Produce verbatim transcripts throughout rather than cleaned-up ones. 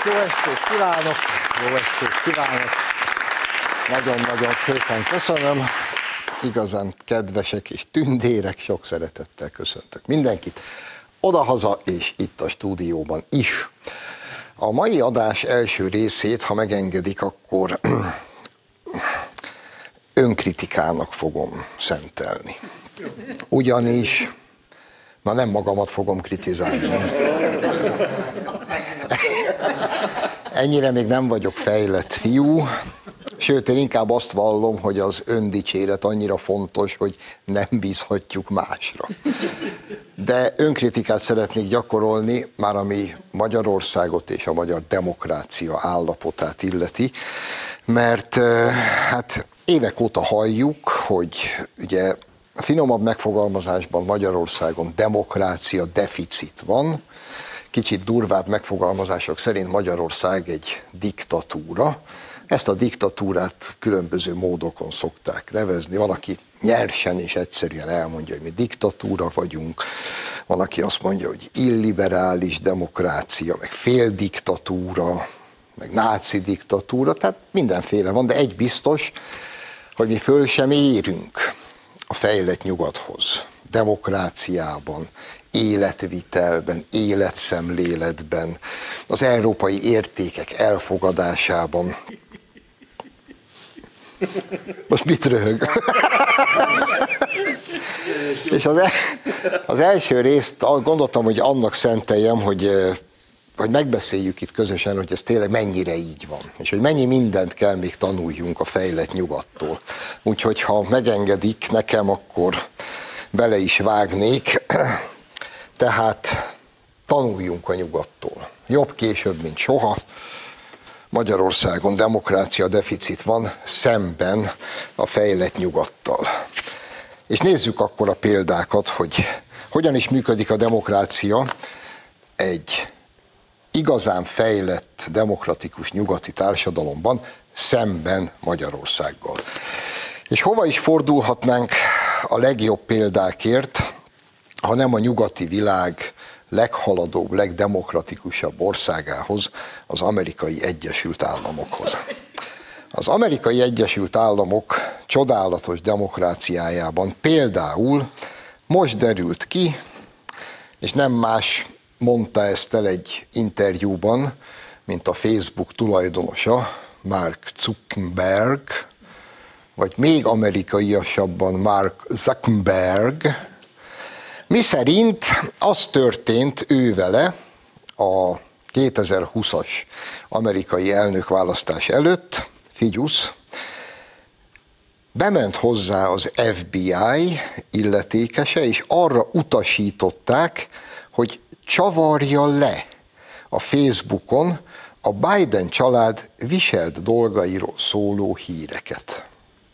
Jó estét kívánok! Jó estét kívánok! Nagyon-nagyon szépen köszönöm. Igazán kedvesek és tündérek, sok szeretettel köszöntök mindenkit. Odahaza és itt a stúdióban is. A mai adás első részét, ha megengedik, akkor önkritikának fogom szentelni. Ugyanis, na nem magamat fogom kritizálni. Ennyire még nem vagyok fejlett fiú, sőt, én inkább azt vallom, hogy az öndicséret annyira fontos, hogy nem bízhatjuk másra. De önkritikát szeretnék gyakorolni, már ami Magyarországot és a magyar demokrácia állapotát illeti, mert hát évek óta halljuk, hogy ugye a finomabb megfogalmazásban Magyarországon demokrácia deficit van, kicsit durvább megfogalmazások szerint Magyarország egy diktatúra. Ezt a diktatúrát különböző módokon szokták nevezni. Van, aki nyersen és egyszerűen elmondja, hogy mi diktatúra vagyunk. Van, aki azt mondja, hogy illiberális demokrácia, meg féldiktatúra, meg náci diktatúra. Tehát mindenféle van, de egy biztos, hogy mi föl sem érünk a fejlett nyugathoz. Demokráciában, életvitelben, életszemléletben, az európai értékek elfogadásában. Most mit röhög? És az, el, az első részt gondoltam, hogy annak szenteljem, hogy, hogy megbeszéljük itt közösen, hogy ez tényleg mennyire így van, és hogy mennyi mindent kell még tanuljunk a fejlett nyugattól. Úgyhogy ha megengedik nekem, akkor bele is vágnék. Tehát tanuljunk a nyugattól. Jobb később, mint soha. Magyarországon demokrácia deficit van szemben a fejlett nyugattal. És nézzük akkor a példákat, hogy hogyan is működik a demokrácia egy igazán fejlett, demokratikus nyugati társadalomban szemben Magyarországgal. És hova is fordulhatnánk a legjobb példákért, ha nem a nyugati világ leghaladóbb, legdemokratikusabb országához, az Amerikai Egyesült Államokhoz. Az Amerikai Egyesült Államok csodálatos demokráciájában például most derült ki, és nem más mondta ezt el egy interjúban, mint a Facebook tulajdonosa, Mark Zuckerberg, vagy még amerikaiasabban Mark Zuckerberg, miszerint az történt ő vele a kétezer-húszas amerikai elnökválasztás előtt, figyusz, bement hozzá az ef bé i illetékese, és arra utasították, hogy csavarja le a Facebookon a Biden család viselt dolgairól szóló híreket.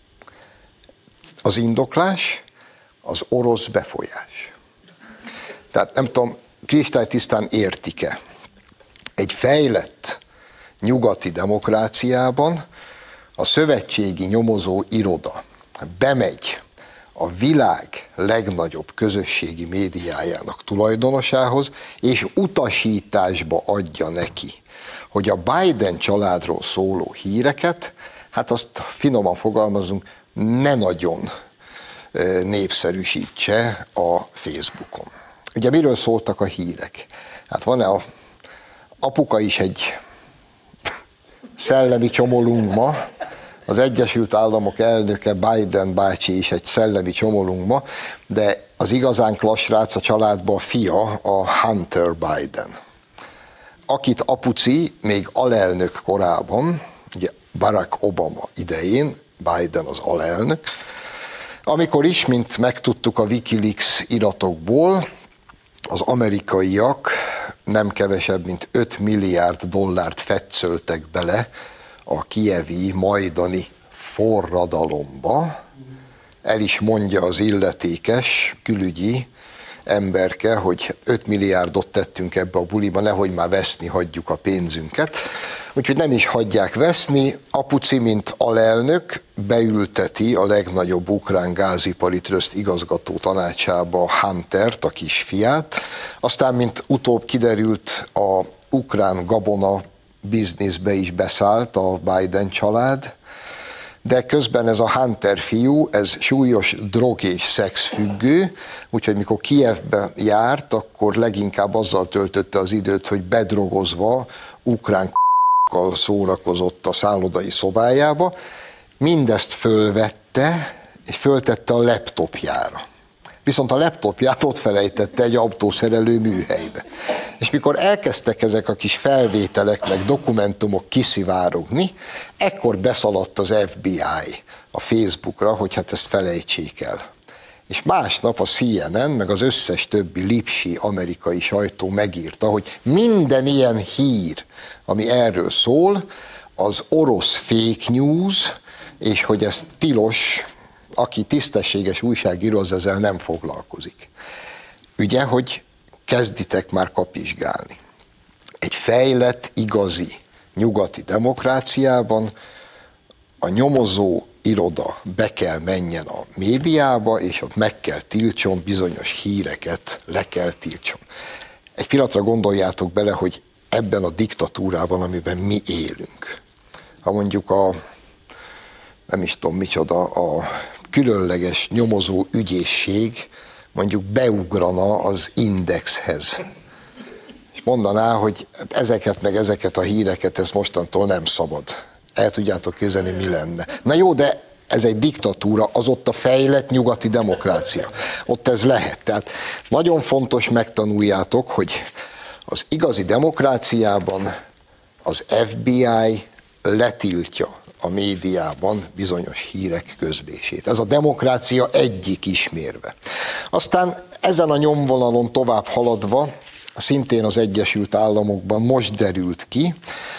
Az indoklás az orosz befolyás. Tehát nem tudom, kristálytisztán értik-e. Egy fejlett nyugati demokráciában a szövetségi nyomozó iroda bemegy a világ legnagyobb közösségi médiájának tulajdonosához, és utasításba adja neki, hogy a Biden családról szóló híreket, hát azt finoman fogalmazunk, ne nagyon népszerűsítse a Facebookon. Ugye miről szóltak a hírek? Hát van-e a apuka is egy szellemi csomolungma, az Egyesült Államok elnöke Biden bácsi is egy szellemi csomolungma, de az igazán klassrác a családban a fia, a Hunter Biden, akit apuci még alelnök korában, ugye Barack Obama idején, Biden az alelnök, amikor is, mint megtudtuk a Wikileaks iratokból, az amerikaiak nem kevesebb, mint öt milliárd dollárt fetszöltek bele a kijevi, majdani forradalomba. El is mondja az illetékes külügyi emberke, hogy öt milliárdot tettünk ebbe a buliba, nehogy már veszni hagyjuk a pénzünket. Úgyhogy nem is hagyják veszni. Apuci, mint alelnök, beülteti a legnagyobb ukrán gázipari tröszt igazgató tanácsába Huntert, a kisfiát. Aztán, mint utóbb kiderült, a ukrán gabona bizniszbe is beszállt a Biden család, de közben ez a Hunter fiú, ez súlyos drog- és szexfüggő, úgyhogy mikor Kijevbe járt, akkor leginkább azzal töltötte az időt, hogy bedrogozva ukrán k***kal szórakozott a szállodai szobájába. Mindezt fölvette, és föltette a laptopjára. Viszont a laptopját ott felejtette egy autószerelő műhelybe. És mikor elkezdtek ezek a kis felvételek, meg dokumentumok kiszivárogni, ekkor beszaladt az ef bé i a Facebookra, hogy hát ezt felejtsék el. És másnap a cé en en, meg az összes többi lipsi amerikai sajtó megírta, hogy minden ilyen hír, ami erről szól, az orosz fake news, és hogy ez tilos, aki tisztességes újságíró, az ezzel nem foglalkozik. Ugye, hogy kezditek már kapizsgálni. Egy fejlett, igazi nyugati demokráciában a nyomozó iroda be kell menjen a médiába, és ott meg kell tiltson bizonyos híreket, le kell tiltson. Egy pillanatra gondoljátok bele, hogy ebben a diktatúrában, amiben mi élünk, ha mondjuk a, nem is tudom micsoda, a különleges nyomozó ügyészség mondjuk beugrana az Indexhez, és mondaná, hogy ezeket meg ezeket a híreket, ezt mostantól nem szabad. El tudjátok képzelni, mi lenne. Na jó, de ez egy diktatúra, az ott a fejlett nyugati demokrácia. Ott ez lehet. Tehát nagyon fontos, megtanuljátok, hogy az igazi demokráciában az ef bé i letiltja a médiában bizonyos hírek közlését. Ez a demokrácia egyik ismérve. Aztán ezen a nyomvonalon tovább haladva, szintén az Egyesült Államokban most derült ki,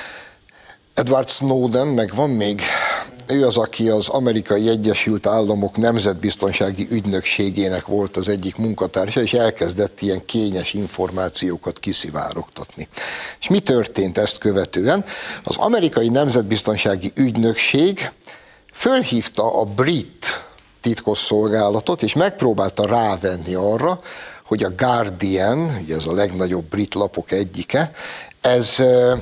Edward Snowden, meg van még, ő az, aki az Amerikai Egyesült Államok Nemzetbiztonsági Ügynökségének volt az egyik munkatársa, és elkezdett ilyen kényes információkat kiszivárogtatni. És mi történt ezt követően? Az Amerikai Nemzetbiztonsági Ügynökség fölhívta a brit titkosszolgálatot, és megpróbálta rávenni arra, hogy a Guardian, ugye ez a legnagyobb brit lapok egyike, ez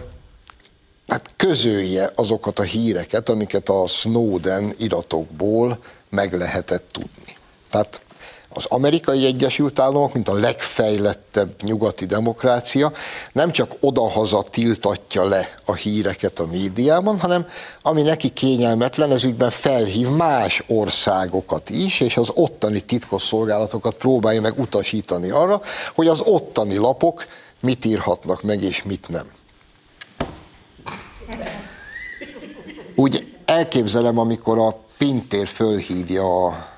hát közölje azokat a híreket, amiket a Snowden iratokból meg lehetett tudni. Tehát az Amerikai Egyesült Államok, mint a legfejlettebb nyugati demokrácia, nem csak odahaza tiltatja le a híreket a médiában, hanem ami neki kényelmetlen, ez ügyben felhív más országokat is, és az ottani titkosszolgálatokat próbálja meg utasítani arra, hogy az ottani lapok mit írhatnak meg, és mit nem. Úgy elképzelem, amikor a Pintér fölhívja a,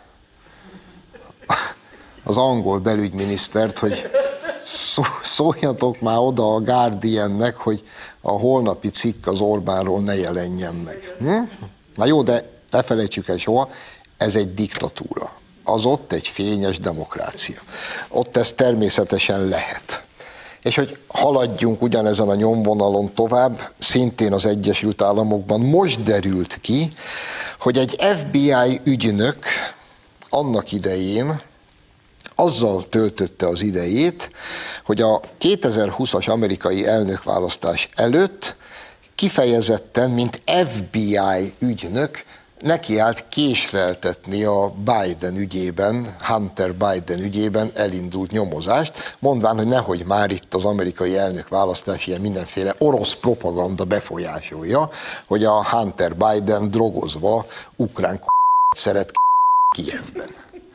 az angol belügyminisztert, hogy szó, szóljatok már oda a Guardiannek, hogy a holnapi cikk az Orbánról ne jelenjen meg. Hm? Na jó, de ne felejtsük el soha, ez egy diktatúra. Az ott egy fényes demokrácia. Ott ez természetesen lehet. És hogy haladjunk ugyanezen a nyomvonalon tovább, szintén az Egyesült Államokban most derült ki, hogy egy ef bé i ügynök annak idején azzal töltötte az idejét, hogy a kétezer-húszas amerikai elnökválasztás előtt kifejezetten, mint ef bé i ügynök, nekiállt késleltetni a Biden ügyében, Hunter Biden ügyében elindult nyomozást, mondván, hogy nehogy már itt az amerikai elnökválasztás ilyen mindenféle orosz propaganda befolyásolja, hogy a Hunter Biden drogozva ukrán k***t szeret Kijevben.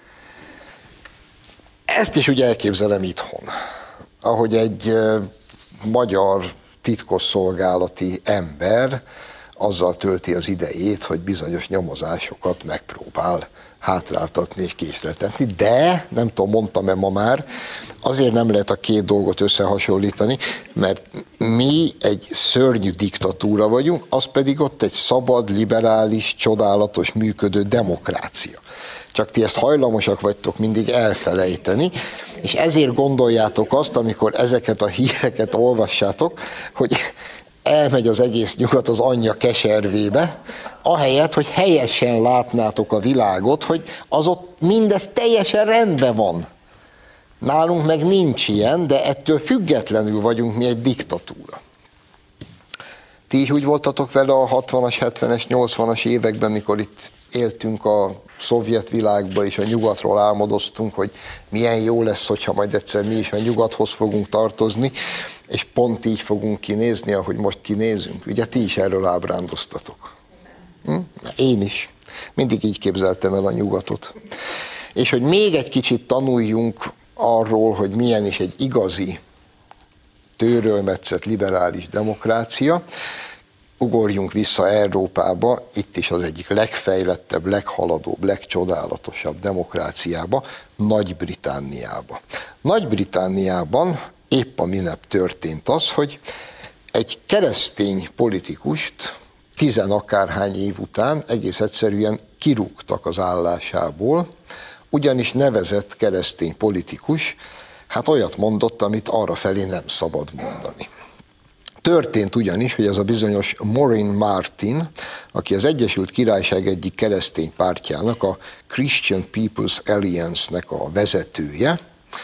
Ezt is ugye elképzelem itthon, ahogy egy magyar titkosszolgálati ember azzal tölti az idejét, hogy bizonyos nyomozásokat megpróbál hátráltatni és késleltetni, de, nem tudom, mondtam-e ma már, azért nem lehet a két dolgot összehasonlítani, mert mi egy szörnyű diktatúra vagyunk, az pedig ott egy szabad, liberális, csodálatos, működő demokrácia. Csak ti ezt hajlamosak vagytok mindig elfelejteni, és ezért gondoljátok azt, amikor ezeket a híreket olvassátok, hogy elmegy az egész nyugat az anyja keservébe, ahelyett, hogy helyesen látnátok a világot, hogy az ott mindez teljesen rendben van. Nálunk meg nincs ilyen, de ettől függetlenül vagyunk mi egy diktatúra. Ti is úgy voltatok vele a hatvanas, hetvenes, nyolcvanas években, mikor itt éltünk a szovjet világba, és a nyugatról álmodoztunk, hogy milyen jó lesz, hogyha majd egyszer mi is a nyugathoz fogunk tartozni, és pont így fogunk kinézni, ahogy most kinézünk. Ugye ti is erről ábrándoztatok. Hm? Én is. Mindig így képzeltem el a nyugatot. És hogy még egy kicsit tanuljunk arról, hogy milyen is egy igazi, tőrölmetszett liberális demokrácia, ugorjunk vissza Európába, itt is az egyik legfejlettebb, leghaladóbb, legcsodálatosabb demokráciába, Nagy-Britanniába. Nagy-Britanniában épp a minap történt az, hogy egy keresztény politikust tizenakárhány év után egész egyszerűen kirúgtak az állásából, ugyanis nevezett keresztény politikus, hát olyat mondott, amit arrafelé nem szabad mondani. Történt ugyanis, hogy ez a bizonyos Maureen Martin, aki az Egyesült Királyság egyik keresztény pártjának, a Christian People's Alliance-nek a vezetője,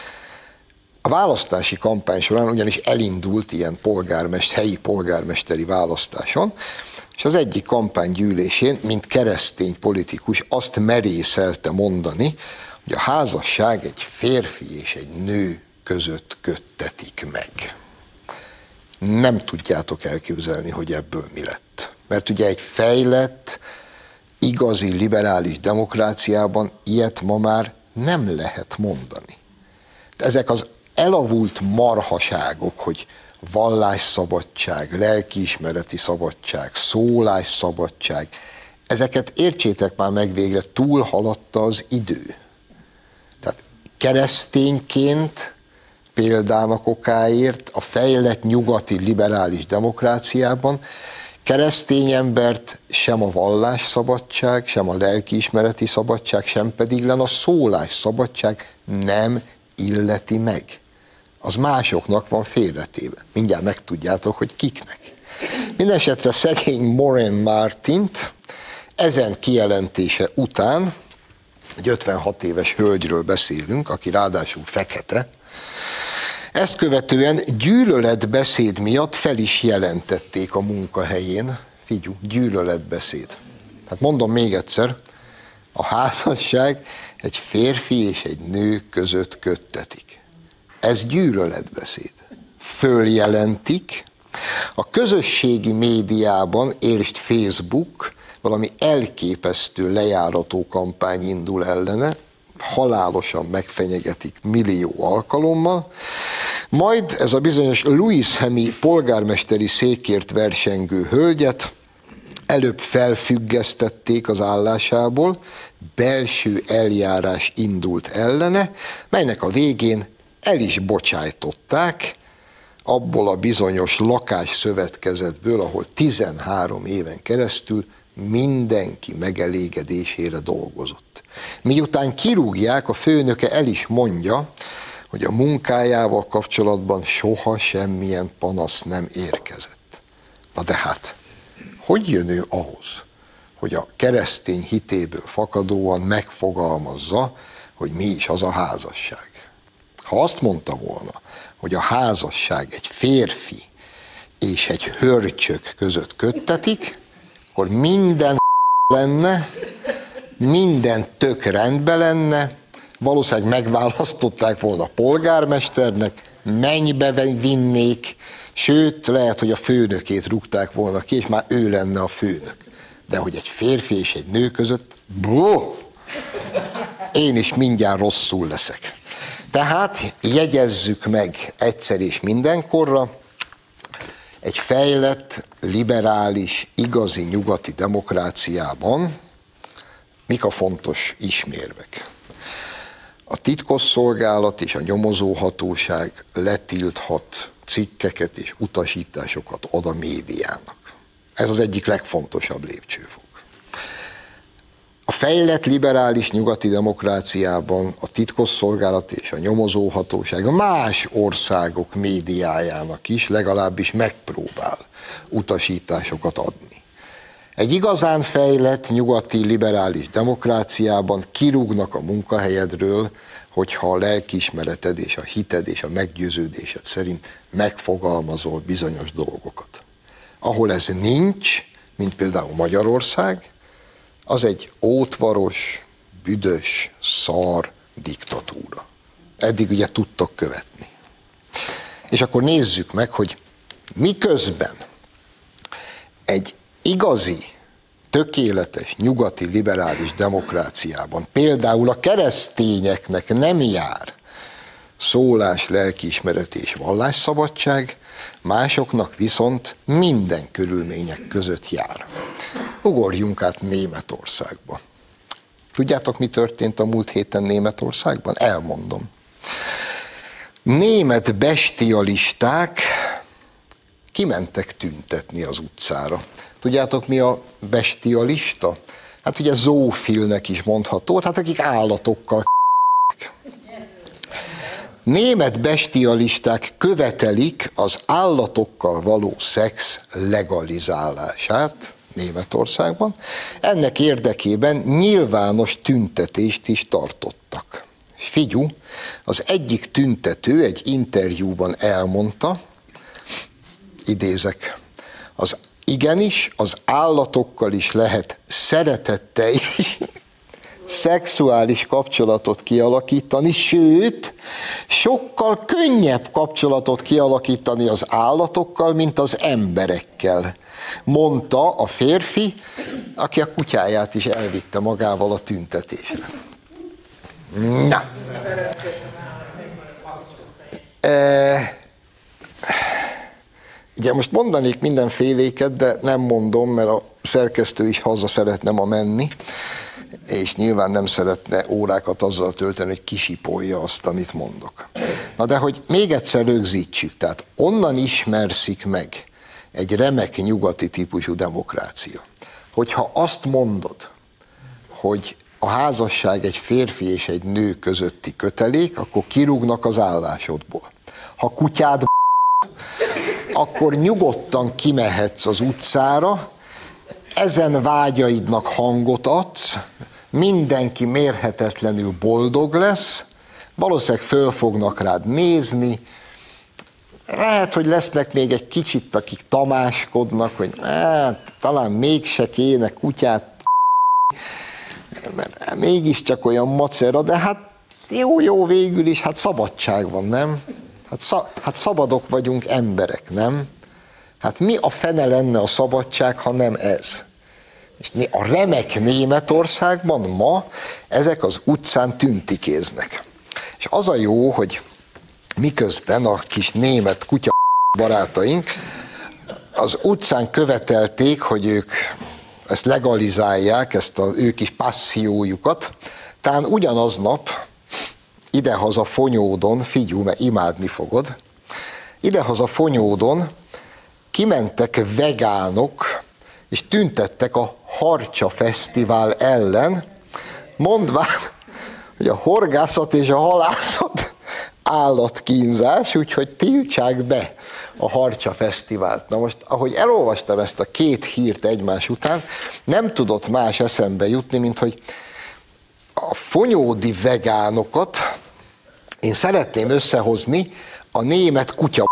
a választási kampány során ugyanis elindult ilyen polgármester, helyi polgármesteri választáson, és az egyik kampánygyűlésén, mint keresztény politikus azt merészelte mondani, hogy a házasság egy férfi és egy nő között köttetik meg. Nem tudjátok elképzelni, hogy ebből mi lett. Mert ugye egy fejlett, igazi liberális demokráciában ilyet ma már nem lehet mondani. Ezek az elavult marhaságok, hogy vallásszabadság, lelkiismereti szabadság, szólásszabadság, ezeket értsétek már meg végre, túlhaladta az idő. Tehát keresztényként példának okáért a fejlett nyugati liberális demokráciában keresztény embert sem a vallásszabadság, sem a lelkiismereti szabadság, sem pedig len a szólásszabadság nem illeti meg. Az másoknak van félretéve. Mindjárt megtudjátok, hogy kiknek. Mindenesetre szegény Maureen Martint ezen kijelentése után, egy ötvenhat éves hölgyről beszélünk, aki ráadásul fekete, ezt követően gyűlöletbeszéd miatt fel is jelentették a munkahelyén. Figyú, gyűlöletbeszéd. Tehát mondom még egyszer, a házasság egy férfi és egy nő között köttetik. Ez gyűlöletbeszéd. Följelentik. A közösségi médiában, értsd Facebook, valami elképesztő lejárató kampány indul ellene, halálosan megfenyegetik millió alkalommal, majd ez a bizonyos Lewishami polgármesteri székért versengő hölgyet előbb felfüggesztették az állásából, belső eljárás indult ellene, melynek a végén el is bocsájtották abból a bizonyos lakásszövetkezetből, ahol tizenhárom éven keresztül mindenki megelégedésére dolgozott. Miután kirúgják, a főnöke el is mondja, hogy a munkájával kapcsolatban soha semmilyen panasz nem érkezett. Na de hát, hogy jön ő ahhoz, hogy a keresztény hitéből fakadóan megfogalmazza, hogy mi is az a házasság? Ha azt mondta volna, hogy a házasság egy férfi és egy hörcsök között köttetik, akkor minden lenne, minden tök rendben lenne, valószínűleg megválasztották volna polgármesternek, mennybe vinnék, sőt, lehet, hogy a főnökét rúgták volna ki, és már ő lenne a főnök. De hogy egy férfi és egy nő között, bó, én is mindjárt rosszul leszek. Tehát jegyezzük meg egyszer és mindenkorra, egy fejlett, liberális, igazi nyugati demokráciában mik a fontos ismérvek? A titkosszolgálat és a nyomozóhatóság letilthat cikkeket és utasításokat ad a médiának. Ez az egyik legfontosabb lépcsőfok. A fejlett, liberális nyugati demokráciában a titkosszolgálat és a nyomozóhatóság a más országok médiájának is legalábbis megpróbál utasításokat adni. Egy igazán fejlett nyugati liberális demokráciában kirúgnak a munkahelyedről, hogyha a lelkiismereted és a hited és a meggyőződésed szerint megfogalmazol bizonyos dolgokat. ahol ez nincs, mint például Magyarország, az egy ótvaros, büdös, szar diktatúra. Eddig ugye tudtok követni. És akkor nézzük meg, hogy miközben egy igazi, tökéletes, nyugati, liberális demokráciában például a keresztényeknek nem jár szólás, lelkiismeret és vallásszabadság, másoknak viszont minden körülmények között jár. Ugorjunk át Németországba. Tudjátok, mi történt a múlt héten Németországban? Elmondom. Német bestialisták kimentek tüntetni az utcára. Tudjátok, mi a bestialista? Hát ugye zoofilnek is mondható, hát akik állatokkal Német bestialisták követelik az állatokkal való szex legalizálását Németországban. Ennek érdekében nyilvános tüntetést is tartottak. Figyú, az egyik tüntető egy interjúban elmondta, idézek, az igenis, az állatokkal is lehet szeretettel is szexuális kapcsolatot kialakítani, sőt, sokkal könnyebb kapcsolatot kialakítani az állatokkal, mint az emberekkel, mondta a férfi, aki a kutyáját is elvitte magával a tüntetésre. Na. E, ugye most mondanék mindenféléket, de nem mondom, mert a szerkesztő is haza szeretne ma menni, és nyilván nem szeretne órákat azzal tölteni, hogy kisipolja azt, amit mondok. Na de hogy még egyszer rögzítsük, tehát onnan ismerszik meg egy remek nyugati típusú demokrácia, hogyha azt mondod, hogy a házasság egy férfi és egy nő közötti kötelék, akkor kirúgnak az állásodból. Ha kutyád akkor nyugodtan kimehetsz az utcára, ezen vágyaidnak hangot adsz, mindenki mérhetetlenül boldog lesz, valószínűleg föl fognak rád nézni, lehet, hogy lesznek még egy kicsit, akik tamáskodnak, hogy hát, talán mégse kéne kutyát, mert mégiscsak olyan macera, de hát jó-jó végül is, hát szabadság van, nem? Hát, szab, hát szabadok vagyunk emberek, nem? Hát mi a fene lenne a szabadság, ha nem ez? És a remek Németországban ma ezek az utcán tüntikéznek. És az a jó, hogy miközben a kis német kutya barátaink az utcán követelték, hogy ők ezt legalizálják, ezt az ő kis passziójukat, talán ugyanaznap idehaza Fonyódon, figyelj, mert imádni fogod, idehaza Fonyódon kimentek vegánok, és tüntettek a Harcsa Fesztivál ellen, mondván, hogy a horgászat és a halászat állatkínzás, úgyhogy tiltsák be a Harcsa Fesztivált. Na most, ahogy elolvastam ezt a két hírt egymás után, nem tudott más eszembe jutni, mint hogy a fonyódi vegánokat én szeretném összehozni a német kutya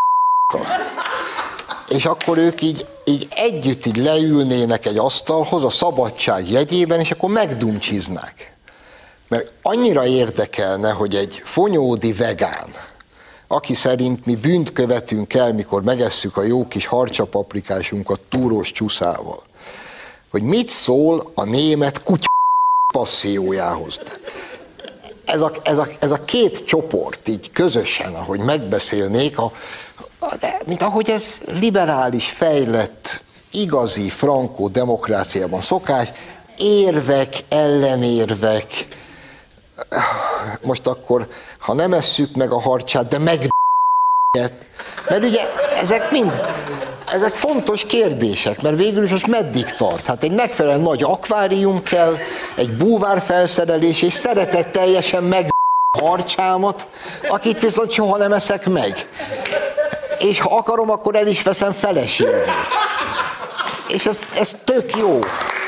és akkor ők így, így együtt így leülnének egy asztalhoz a szabadság jegyében, és akkor megdumcsiznák. Mert annyira érdekelne, hogy egy fonyódi vegán, aki szerint mi bűnt követünk el, mikor megesszük a jó kis harcsapaprikásunkat túrós csúszával, hogy mit szól a német kutya passziójához. Ez a, ez, a, ez a két csoport így közösen, ahogy megbeszélnék, a, de, mint ahogy ez liberális, fejlett, igazi, frankó demokráciában szokás, érvek, ellenérvek, most akkor, ha nem esszük meg a harcsát, de meg mert ugye ezek mind, ezek fontos kérdések, mert végül is most meddig tart? Hát egy megfelelően nagy akvárium kell, egy búvár felszerelés, és szeretetteljesen meg a harcsámat, akit viszont soha nem eszek meg. És ha akarom, akkor el is veszem feleségül. És ez, ez tök jó.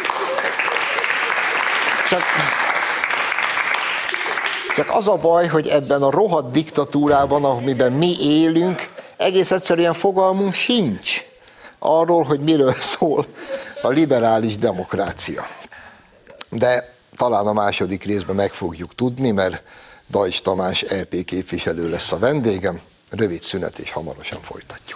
Csak, csak az a baj, hogy ebben a rohadt diktatúrában, amiben mi élünk, egész egyszerűen fogalmunk sincs arról, hogy miről szól a liberális demokrácia. De talán a második részben meg fogjuk tudni, mert Deutsch Tamás é pé képviselő lesz a vendégem. Rövid szünet, és hamarosan folytatjuk.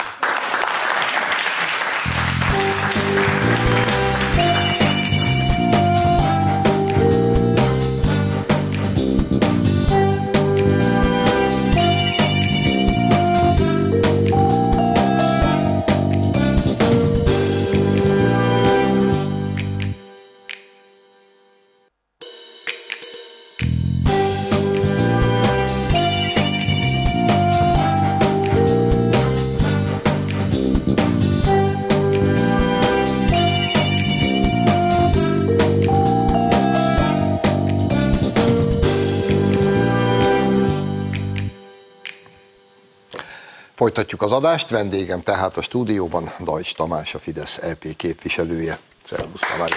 Folytatjuk az adást, vendégem tehát a stúdióban Deutsch Tamás, a Fidesz é pé képviselője. Szervusz Tamás.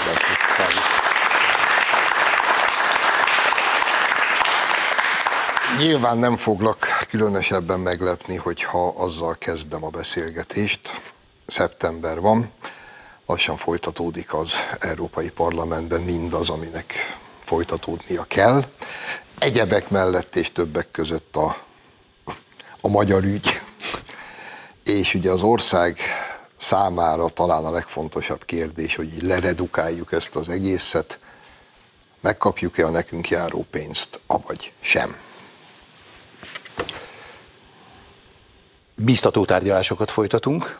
Nyilván nem foglak különösebben meglepni, hogyha azzal kezdem a beszélgetést. Szeptember van, lassan folytatódik az Európai Parlamentben mindaz, aminek folytatódnia kell. Egyebek mellett és többek között a, a magyar ügy. És ugye az ország számára talán a legfontosabb kérdés, hogy így leredukáljuk ezt az egészet, megkapjuk-e a nekünk járó pénzt, avagy sem. Bíztató tárgyalásokat folytatunk.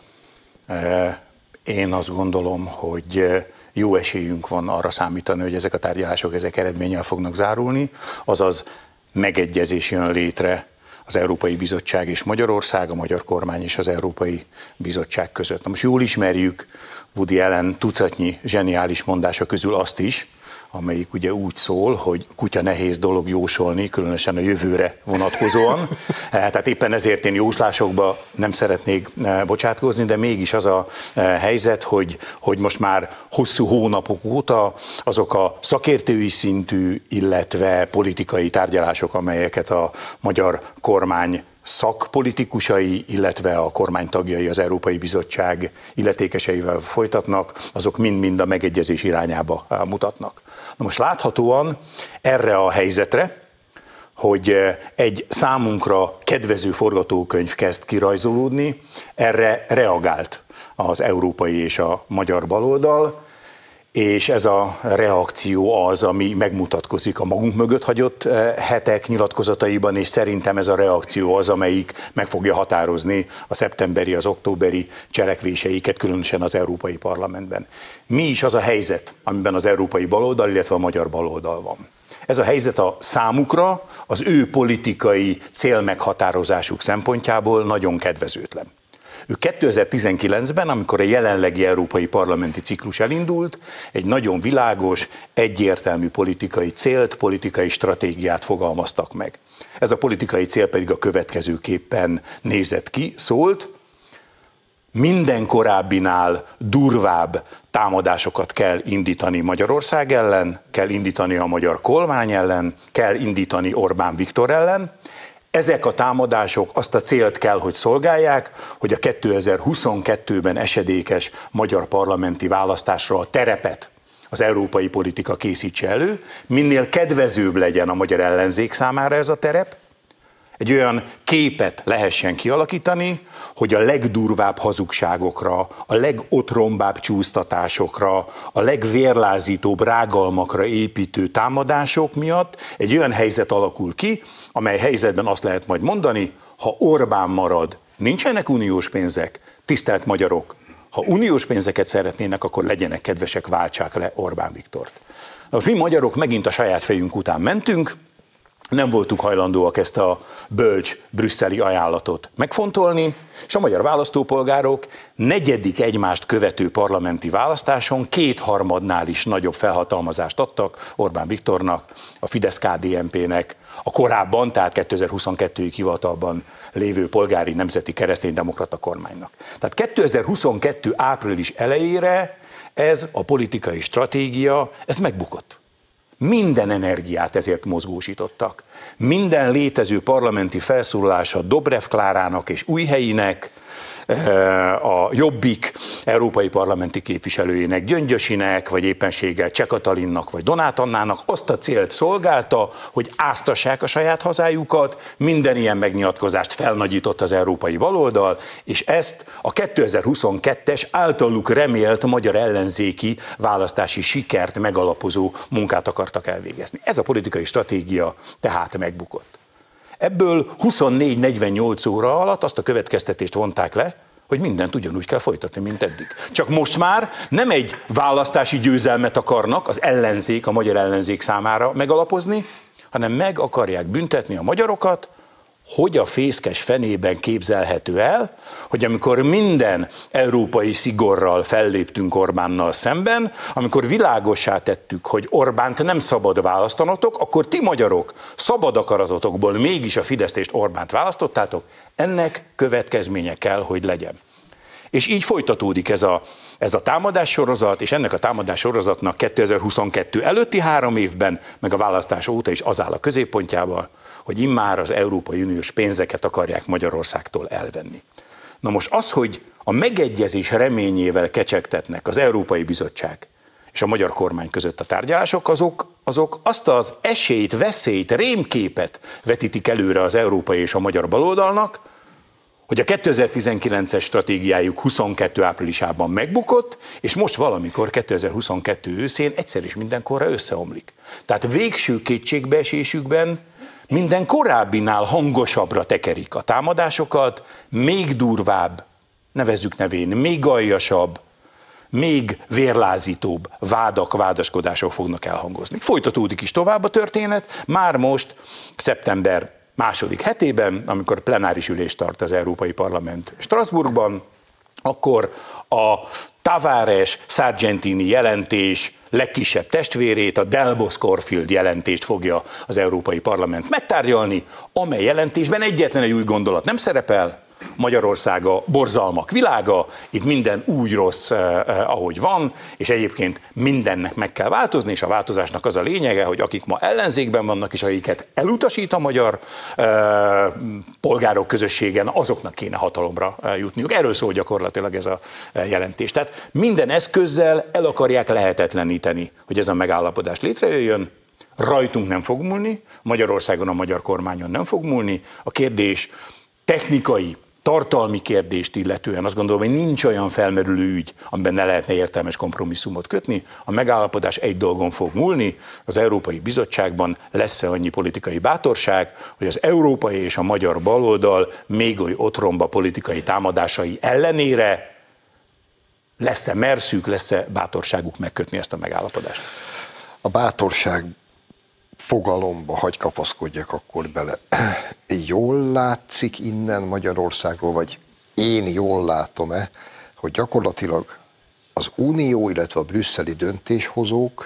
Én azt gondolom, hogy jó esélyünk van arra számítani, hogy ezek a tárgyalások ezek eredménnyel fognak zárulni, azaz megegyezés jön létre az Európai Bizottság és Magyarország, a magyar kormány és az Európai Bizottság között. Na most jól ismerjük Woody Allen tucatnyi zseniális mondása közül azt is, amelyik ugye úgy szól, hogy kutya nehéz dolog jósolni, különösen a jövőre vonatkozóan. Tehát éppen ezért én jóslásokba nem szeretnék bocsátkozni, de mégis az a helyzet, hogy, hogy most már hosszú hónapok óta azok a szakértői szintű, illetve politikai tárgyalások, amelyeket a magyar kormány szakpolitikusai, illetve a kormány tagjai az Európai Bizottság illetékeseivel folytatnak, azok mind-mind a megegyezés irányába mutatnak. Na most láthatóan erre a helyzetre, hogy egy számunkra kedvező forgatókönyv kezd kirajzolódni, erre reagált az európai és a magyar baloldal, és ez a reakció az, ami megmutatkozik a magunk mögött hagyott hetek nyilatkozataiban, és szerintem ez a reakció az, amelyik meg fogja határozni a szeptemberi, az októberi cselekvéseiket, különösen az Európai Parlamentben. Mi is az a helyzet, amiben az európai baloldal, illetve a magyar baloldal van? Ez a helyzet a számukra, az ő politikai célmeghatározásuk szempontjából nagyon kedvezőtlen. Ők kétezer-tizenkilencben, amikor a jelenlegi európai parlamenti ciklus elindult, egy nagyon világos, egyértelmű politikai célt, politikai stratégiát fogalmaztak meg. Ez a politikai cél pedig a következőképpen nézett ki, szólt: minden korábbinál durvább támadásokat kell indítani Magyarország ellen, kell indítani a magyar kormány ellen, kell indítani Orbán Viktor ellen. Ezek a támadások azt a célt kell, hogy szolgálják, hogy a kétezer-huszonkettőben esedékes magyar parlamenti választásra a terepet az európai politika készítse elő, minél kedvezőbb legyen a magyar ellenzék számára ez a terep, egy olyan képet lehessen kialakítani, hogy a legdurvább hazugságokra, a legotrombább csúsztatásokra, a legvérlázítóbb rágalmakra építő támadások miatt egy olyan helyzet alakul ki, amely helyzetben azt lehet majd mondani, ha Orbán marad, nincsenek uniós pénzek, tisztelt magyarok, ha uniós pénzeket szeretnének, akkor legyenek kedvesek, váltsák le Orbán Viktort. Na most mi magyarok megint a saját fejünk után mentünk, nem voltunk hajlandóak ezt a bölcs brüsszeli ajánlatot megfontolni, és a magyar választópolgárok negyedik egymást követő parlamenti választáson kétharmadnál is nagyobb felhatalmazást adtak Orbán Viktornak, a Fidesz-ká dé en pé-nek, a korábban, tehát kétezer-huszonkettőig hivatalban lévő polgári nemzeti kereszténydemokrata kormánynak. Tehát kétezer-huszonkettő április elejére ez a politikai stratégia, ez megbukott. Minden energiát ezért mozgósítottak. Minden létező parlamenti felszólalása Dobrev Klárának és Újhelyinek a Jobbik európai parlamenti képviselőjének, Gyöngyösinek, vagy éppenséggel Cseh Katalinnak, vagy Donát Annának azt a célt szolgálta, hogy áztassák a saját hazájukat, minden ilyen megnyilatkozást felnagyított az európai baloldal, és ezt a kétezer-huszonkettes általuk remélt magyar ellenzéki választási sikert megalapozó munkát akartak elvégezni. Ez a politikai stratégia tehát megbukott. Ebből huszonnégy negyvennyolc óra alatt azt a következtetést vonták le, hogy mindent ugyanúgy kell folytatni, mint eddig. Csak most már nem egy választási győzelmet akarnak az ellenzék, a magyar ellenzék számára megalapozni, hanem meg akarják büntetni a magyarokat, hogy a fészkes fenében képzelhető el, hogy amikor minden európai szigorral felléptünk Orbánnal szemben, amikor világossá tettük, hogy Orbánt nem szabad választanotok, akkor ti magyarok szabad akaratotokból mégis a Fideszt és Orbánt választottátok, ennek következménye kell, hogy legyen. És így folytatódik ez a, ez a támadássorozat, és ennek a támadássorozatnak kétezer-huszonkettő előtti három évben, meg a választás óta is az áll a középpontjában, hogy immár az Európai Uniós pénzeket akarják Magyarországtól elvenni. Na most az, hogy a megegyezés reményével kecsegtetnek az Európai Bizottság és a magyar kormány között a tárgyalások, azok, azok azt az esélyt, veszélyt, rémképet vetítik előre az európai és a magyar baloldalnak, hogy a kétezer-tizenkilences stratégiájuk huszonkettő áprilisában megbukott, és most valamikor kétezer-huszonkettő őszén egyszer és mindenkorra összeomlik. Tehát végső kétségbeesésükben minden korábbinál hangosabbra tekerik a támadásokat, még durvább, nevezzük nevén, még aljasabb, még vérlázítóbb vádak, vádaskodások fognak elhangozni. Folytatódik is tovább a történet, már most szeptember második hetében, amikor plenáris ülést tart az Európai Parlament Strasbourgban, akkor a Tavares-Sargentini jelentés legkisebb testvérét, a Delbos-Corfield jelentést fogja az Európai Parlament megtárgyalni, amely jelentésben egyetlen egy új gondolat nem szerepel, Magyarország a borzalmak világa, itt minden úgy rossz, eh, ahogy van, és egyébként mindennek meg kell változni, és a változásnak az a lényege, hogy akik ma ellenzékben vannak, és akiket elutasít a magyar eh, polgárok közösségen, azoknak kéne hatalomra jutniuk. Erről szól gyakorlatilag ez a jelentés. Tehát minden eszközzel el akarják lehetetleníteni, hogy ez a megállapodás létrejöjjön. Rajtunk nem fog múlni, Magyarországon, a magyar kormányon nem fog múlni. A kérdés technikai, tartalmi kérdést illetően azt gondolom, hogy nincs olyan felmerülő ügy, amiben ne lehetne értelmes kompromisszumot kötni. A megállapodás egy dolgon fog múlni, az Európai Bizottságban lesz-e annyi politikai bátorság, hogy az európai és a magyar baloldal még oly otromba politikai támadásai ellenére lesz-e merszük, lesz-e bátorságuk megkötni ezt a megállapodást? A bátorság fogalomba hagy kapaszkodjak akkor bele. Jól látszik innen Magyarországról, vagy én jól látom-e, hogy gyakorlatilag az unió, illetve a brüsszeli döntéshozók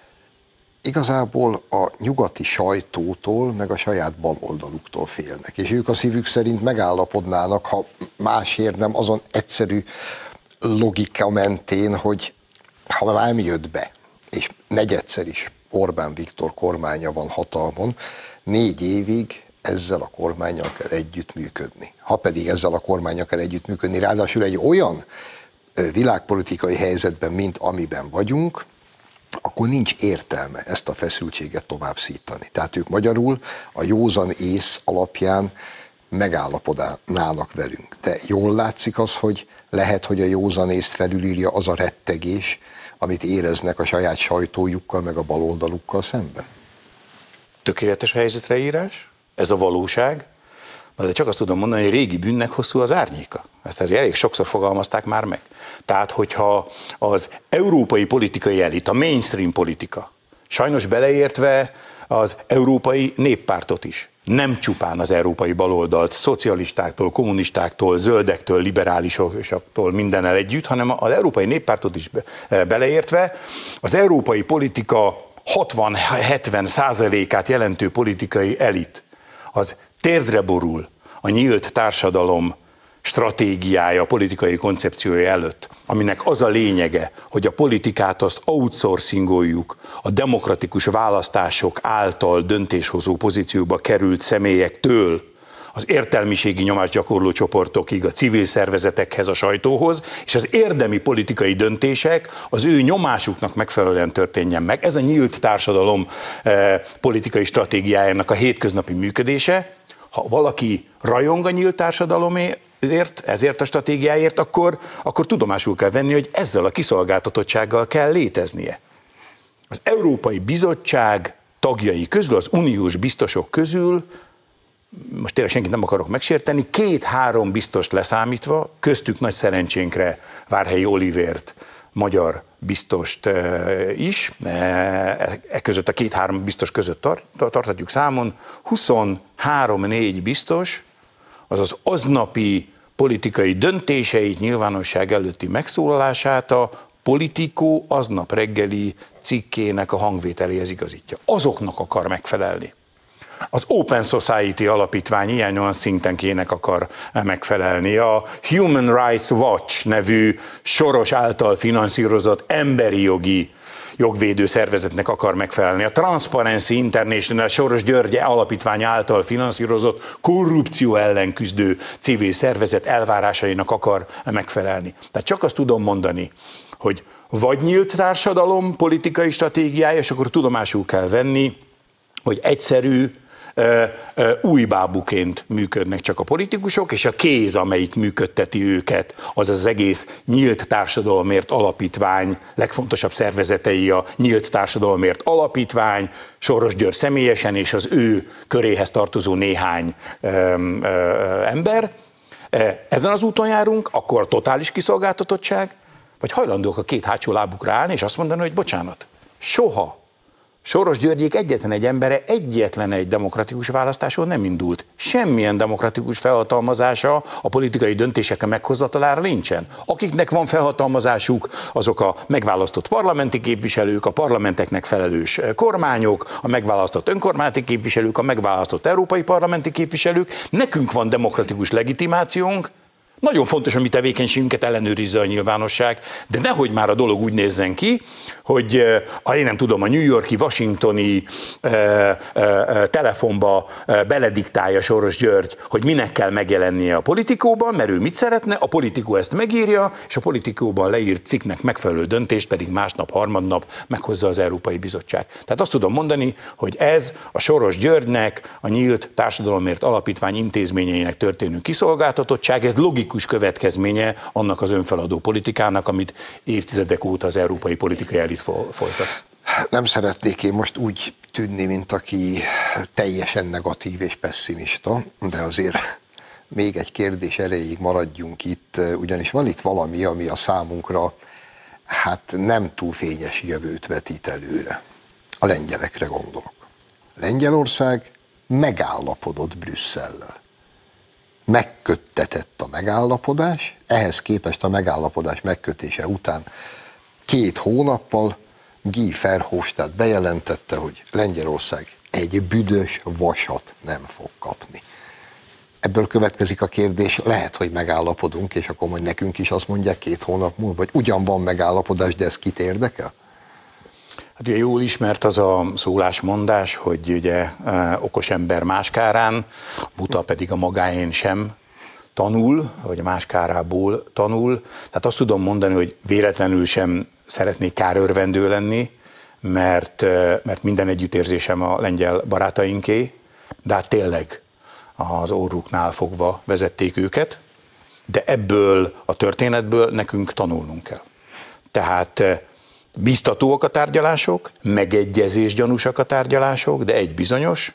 igazából a nyugati sajtótól, meg a saját baloldaluktól félnek. És ők a szívük szerint megállapodnának, ha másért nem azon egyszerű logika mentén, hogy ha már nem jött be, és negyedszer is Orbán Viktor kormánya van hatalmon, négy évig ezzel a kormánnyal kell együttműködni. Ha pedig ezzel a kormánnyal kell együttműködni, ráadásul egy olyan világpolitikai helyzetben, mint amiben vagyunk, akkor nincs értelme ezt a feszültséget tovább szítani. Tehát ők magyarul a józan ész alapján megállapodnának velünk. De jól látszik az, hogy lehet, hogy a józan észt felülírja az a rettegés, amit éreznek a saját sajtójukkal, meg a baloldalukkal szemben. Tökéletes helyzetreírás, ez a valóság, de csak azt tudom mondani, hogy régi bűnnek hosszú az árnyéka. Ezt elég sokszor fogalmazták már meg. Tehát, hogyha az európai politikai elit, a mainstream politika, sajnos beleértve az európai néppártot is, nem csupán az európai baloldalt, szocialistáktól, kommunistáktól, zöldektől, liberálisoktól mindennel együtt, hanem az európai néppártot is beleértve, az európai politika hatvan-hetven százalékát jelentő politikai elit, az térdre borul a nyílt társadalom stratégiája, politikai koncepciója előtt, aminek az a lényege, hogy a politikát azt outsourcingoljuk a demokratikus választások által döntéshozó pozícióba került személyektől, az értelmiségi nyomásgyakorló csoportokig, a civil szervezetekhez, a sajtóhoz, és az érdemi politikai döntések az ő nyomásuknak megfelelően történjen meg. Ez a nyílt társadalom eh, politikai stratégiájának a hétköznapi működése. Ha valaki rajong a nyílt társadalomért, ezért a stratégiáért, akkor, akkor tudomásul kell venni, hogy ezzel a kiszolgáltatottsággal kell léteznie. Az Európai Bizottság tagjai közül, az uniós biztosok közül, most tényleg senkit nem akarok megsérteni, két-három biztost leszámítva, köztük nagy szerencsénkre Várhelyi Olivért, magyar biztost is, e között a két-három biztos között tart, tarthatjuk számon, huszonhárom-négy biztos, azaz aznapi politikai döntéseit, nyilvánosság előtti megszólalását a Politikó aznap reggeli cikkének a hangvételéhez igazítja. Azoknak akar megfelelni. Az Open Society alapítvány ilyen olyan think tankének akar megfelelni. A Human Rights Watch nevű Soros által finanszírozott emberi jogi jogvédő szervezetnek akar megfelelni. A Transparency International Soros György alapítvány által finanszírozott korrupció ellen küzdő civil szervezet elvárásainak akar megfelelni. Tehát csak azt tudom mondani, hogy vagy nyílt társadalom politikai stratégiája, és akkor tudomásul kell venni, hogy egyszerű, újbábuként működnek csak a politikusok, és a kéz, amelyik működteti őket, az az egész Nyílt Társadalomért Alapítvány, legfontosabb szervezetei a Nyílt Társadalomért Alapítvány, Soros György személyesen, és az ő köréhez tartozó néhány ö, ö, ember. Ezen az úton járunk, akkor totális kiszolgáltatottság, vagy hajlandók a két hátsó lábukra állni, és azt mondani, hogy bocsánat, soha Soros Györgyék egyetlen egy embere egyetlen egy demokratikus választáson nem indult. Semmilyen demokratikus felhatalmazása a politikai döntések meghozatalára nincsen. Akiknek van felhatalmazásuk, azok a megválasztott parlamenti képviselők, a parlamenteknek felelős kormányok, a megválasztott önkormányzati képviselők, a megválasztott európai parlamenti képviselők. Nekünk van demokratikus legitimációnk. Nagyon fontos, hogy mi tevékenységünket ellenőrizze a nyilvánosság, de nehogy már a dolog úgy nézzen ki, hogy ha én nem tudom, a New Yorki, washingtoni e, e, e, telefonba e, belediktálja Soros György, hogy minek kell megjelennie a Politikóban, mert ő mit szeretne, a Politikó ezt megírja, és a Politikóban leírt cikknek megfelelő döntést pedig másnap, harmadnap meghozza az Európai Bizottság. Tehát azt tudom mondani, hogy ez a Soros Györgynek, a Nyílt Társadalomért Alapítvány intézményeinek történő kiszolgáltatottság, ez logikus következménye annak az önfeladó politikának, amit évtizedek óta az európai politikai elit folytat. Nem szeretnék én most úgy tűnni, mint aki teljesen negatív és pesszimista, de azért még egy kérdés erejéig maradjunk itt, ugyanis van itt valami, ami a számunkra hát nem túl fényes jövőt vetít előre. A lengyelekre gondolok. Lengyelország megállapodott Brüsszellel. Megköttetett a megállapodás, ehhez képest a megállapodás megkötése után két hónappal Guy Verhofstadt bejelentette, hogy Lengyelország egy büdös vasat nem fog kapni. Ebből következik a kérdés, lehet, hogy megállapodunk, és akkor majd nekünk is azt mondják két hónap múlva, vagy ugyan van megállapodás, de ez kit érdekel? Hát ugye jól ismert az a szólásmondás, hogy ugye e, okos ember más kárán, buta pedig a magáén sem tanul, vagy a más kárából tanul. Tehát azt tudom mondani, hogy véletlenül sem szeretnék kárörvendő lenni, mert, mert minden együttérzésem a lengyel barátainké, de hát tényleg az orruknál fogva vezették őket, de ebből a történetből nekünk tanulnunk kell. Tehát biztatóak a tárgyalások, megegyezés gyanúsak a tárgyalások, de egy bizonyos,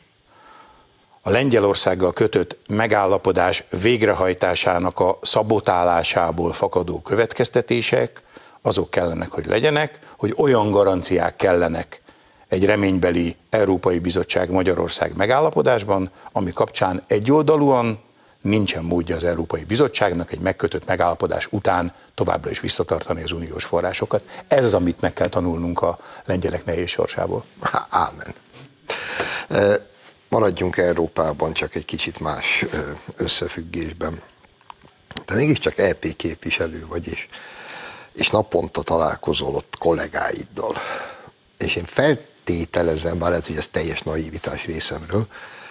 a Lengyelországgal kötött megállapodás végrehajtásának a szabotálásából fakadó következtetések, azok kellenek, hogy legyenek, hogy olyan garanciák kellenek egy reménybeli Európai Bizottság Magyarország megállapodásban, ami kapcsán egyoldalúan nincsen módja az Európai Bizottságnak egy megkötött megállapodás után továbbra is visszatartani az uniós forrásokat. Ez az, amit meg kell tanulnunk a lengyelek nehéz sorsából. Há, ámen. Maradjunk Európában, csak egy kicsit más összefüggésben. De mégiscsak é pé képviselő vagy, és, és naponta találkozol ott kollégáiddal. És én feltételezem, bár lehet, hogy ez teljes naivitás részemről,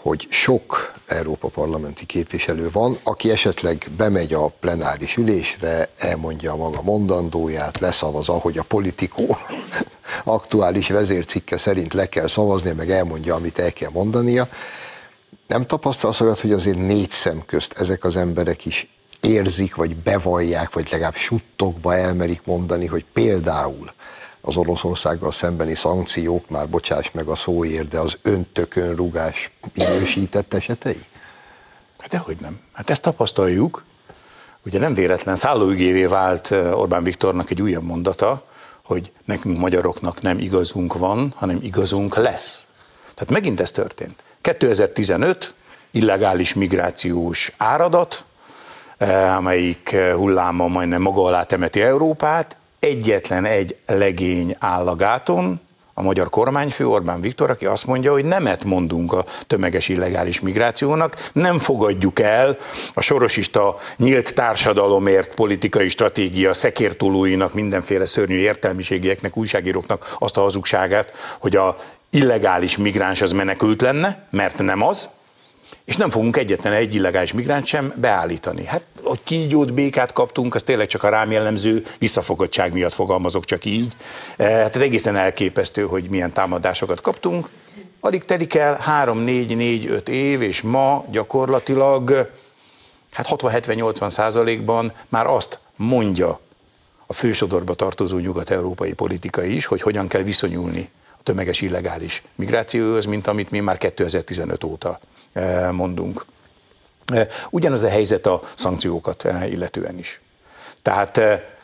hogy sok Európa parlamenti képviselő van, aki esetleg bemegy a plenáris ülésre, elmondja a maga mondandóját, leszavaz, ahogy a Politikó aktuális vezércikke szerint le kell szavazni, meg elmondja, amit el kell mondania. Nem tapasztalsz olyat, hogy azért négy szem közt ezek az emberek is érzik, vagy bevallják, vagy legalább suttogva elmerik mondani, hogy például az Oroszországgal szembeni szankciók, már bocsáss meg a szóért, de az öntökön rugás minősített esetei? Hát dehogy nem. Hát ezt tapasztaljuk. Ugye nem véletlen szállóigévé vált Orbán Viktornak egy újabb mondata, hogy nekünk magyaroknak nem igazunk van, hanem igazunk lesz. Tehát megint ez történt. kétezer-tizenöt illegális migrációs áradat, amelyik hulláma majdnem maga alá temeti Európát, egyetlen egy legény áll a gáton, a magyar kormányfő Orbán Viktor, aki azt mondja, hogy nemet mondunk a tömeges illegális migrációnak, nem fogadjuk el a sorosista nyílt társadalomért politikai stratégia szekértolóinak, mindenféle szörnyű értelmiségieknek, újságíróknak azt a hazugságát, hogy a illegális migráns az menekült lenne, mert nem az, és nem fogunk egyetlen egy illegális migráns sem beállítani. Hát, hogy kígyót, békát kaptunk, az tényleg csak a rám jellemző visszafogottság miatt fogalmazok csak így. Hát egészen elképesztő, hogy milyen támadásokat kaptunk. Alig telik el három, négy, négy, öt év, és ma gyakorlatilag hát hatvan-hetven-nyolcvan százalékban már azt mondja a fősodorba tartozó nyugat-európai politika is, hogy hogyan kell viszonyulni a tömeges illegális migrációhoz, mint amit mi már kétezer-tizenöt óta mondunk. Ugyanaz a helyzet a szankciókat illetően is. Tehát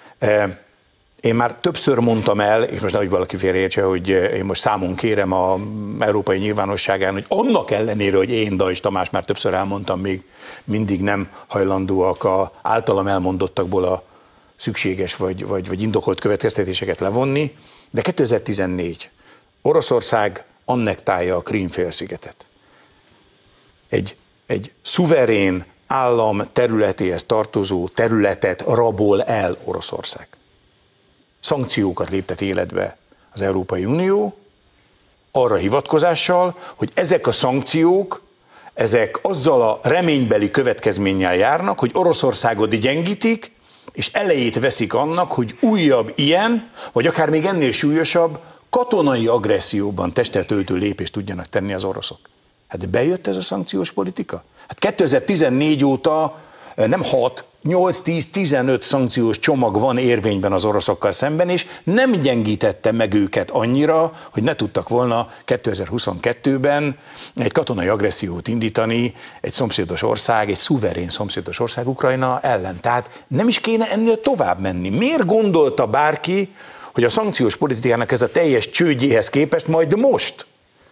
én már többször mondtam el, és most nehogy valaki félreértse, hogy én most számon kérem az európai nyilvánosságán, hogy annak ellenére, hogy én, Dajs Tamás már többször elmondtam, még mindig nem hajlandóak az általam elmondottakból a szükséges vagy, vagy, vagy indokolt következtetéseket levonni, de kétezer-tizennégy Oroszország annektálja a Krím-félszigetet. Egy, egy szuverén állam területéhez tartozó területet rabol el Oroszország. Szankciókat léptet életbe az Európai Unió, arra hivatkozással, hogy ezek a szankciók, ezek azzal a reménybeli következménnyel járnak, hogy Oroszországot gyengítik, és elejét veszik annak, hogy újabb ilyen, vagy akár még ennél súlyosabb, katonai agresszióban testet öltő lépést tudjanak tenni az oroszok. Hát bejött ez a szankciós politika? Hát kétezer-tizennégy óta nem hat, nyolc, tíz, tizenöt szankciós csomag van érvényben az oroszokkal szemben, és nem gyengítette meg őket annyira, hogy ne tudtak volna kétezer-huszonkettőben egy katonai agressziót indítani egy szomszédos ország, egy szuverén szomszédos ország Ukrajna ellen. Tehát nem is kéne ennél tovább menni. Miért gondolta bárki, hogy a szankciós politikának ez a teljes csődjéhez képest majd most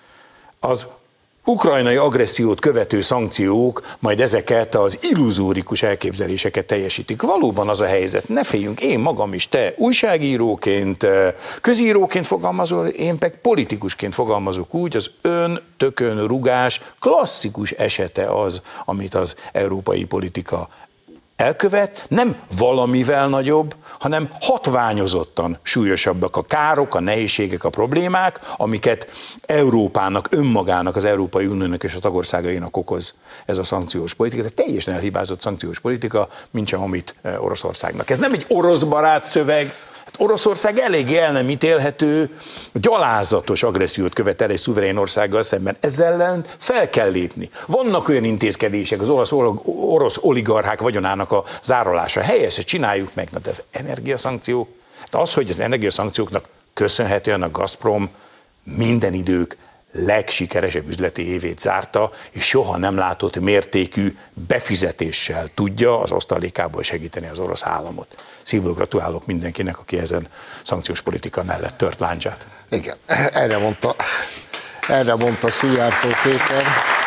az ukrajnai agressziót követő szankciók majd ezeket az illuzórikus elképzeléseket teljesítik. Valóban az a helyzet, ne féljünk, én magam is, te újságíróként, közíróként fogalmazol, én meg politikusként fogalmazok úgy, az ön tökön rugás klasszikus esete az, amit az európai politika elkövet, nem valamivel nagyobb, hanem hatványozottan súlyosabbak a károk, a nehézségek, a problémák, amiket Európának, önmagának, az Európai Uniónak és a tagországainak okoz ez a szankciós politika. Ez egy teljesen elhibázott szankciós politika, mint sem amit Oroszországnak. Ez nem egy orosz barát szöveg, Oroszország eléggé el nem ítélhető, gyalázatos agressziót követel egy szuverén országgal szemben. Ezzel ellen fel kell lépni. Vannak olyan intézkedések, az orosz, orosz oligarchák vagyonának a zárolása. Helyes, ezt csináljuk meg, de az energiaszankciók, de az, hogy az energiaszankcióknak köszönhetően a Gazprom minden idők legsikeresebb üzleti évét zárta, és soha nem látott mértékű befizetéssel tudja az osztalékából segíteni az orosz államot. Szívből gratulálok mindenkinek, aki ezen szankciós politika mellett tört láncsát. Igen, erre mondta, erre mondta Szijjártó Péter.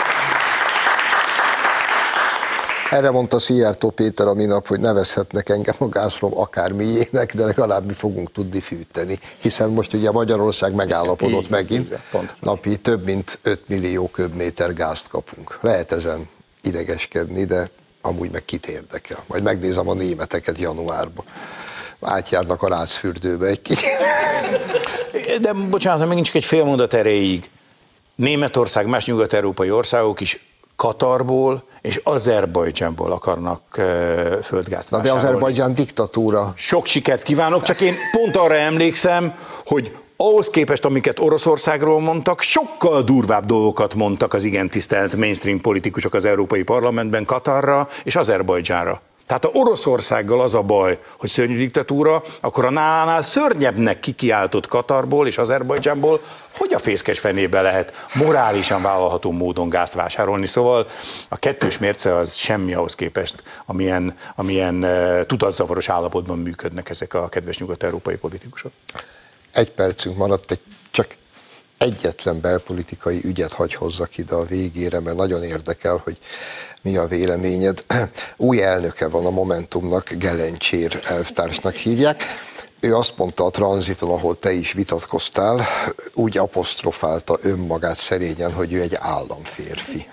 Erre mondta Szijjártó Péter a minap, hogy nevezhetnek engem a Gazprom akármiének, de legalább mi fogunk tudni fűteni, hiszen most ugye Magyarország megállapodott megint, napi több mint öt millió köbméter gázt kapunk. Lehet ezen idegeskedni, de amúgy meg kit érdekel. Majd megnézem a németeket januárban. Átjárnak a rácfürdőbe egy kicsit. De bocsánat, még nincs csak egy fél mondat erejéig. Németország, más nyugat-európai országok is Katarból és Azerbajdzsánból akarnak földgázt Na de vásárolni. Azerbajdzsán diktatúra. Sok sikert kívánok, csak én pont arra emlékszem, hogy ahhoz képest, amiket Oroszországról mondtak, sokkal durvább dolgokat mondtak az igen tisztelt mainstream politikusok az Európai Parlamentben Katarra és Azerbajdzsánra. Tehát ha Oroszországgal az a baj, hogy szörnyű diktatúra, akkor a nálánál szörnyebbnek kikiáltott Katarból és Azerbajdzsánból, hogy a fészkes fenébe lehet morálisan vállalható módon gázt vásárolni. Szóval a kettős mérce az semmi ahhoz képest, amilyen, amilyen uh, tudatzavaros állapotban működnek ezek a kedves nyugat-európai politikusok. Egy percünk maradt, egy, csak egyetlen belpolitikai ügyet hagy hozzak ide a végére, mert nagyon érdekel, hogy mi a véleményed. Új elnöke van a Momentumnak, Gelencsér elvtársnak hívják. Ő azt mondta a Tranziton, ahol te is vitatkoztál, úgy apostrofálta önmagát szerényen, hogy ő egy államférfi.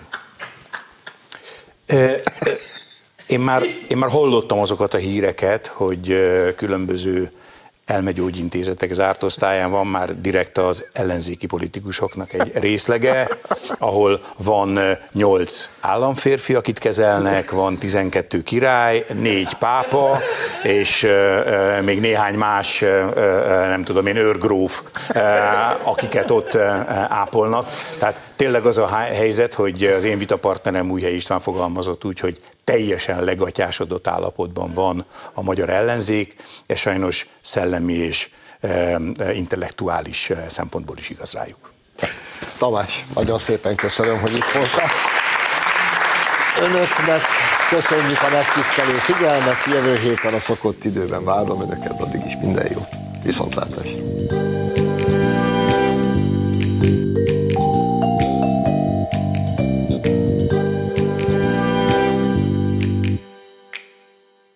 Én már, én már hallottam azokat a híreket, hogy különböző elmegyógyintézetek zárt osztályán van már direkt az ellenzéki politikusoknak egy részlege, ahol van nyolc államférfi, akit kezelnek, van tizenkettő király, négy pápa, és uh, még néhány más, uh, nem tudom én, őrgróf, uh, akiket ott uh, ápolnak. Tehát tényleg az a helyzet, hogy az én vitapartnerem Újhely István fogalmazott úgy, hogy teljesen legatyásodott állapotban van a magyar ellenzék, és sajnos szellemi és e, intellektuális e, szempontból is igaz rájuk. Tamás, nagyon szépen köszönöm, hogy itt voltál. Önöknek köszönjük a megtisztelő figyelmet, jövő héten a szokott időben várom önöket, addig is minden jót. Viszontlátásra.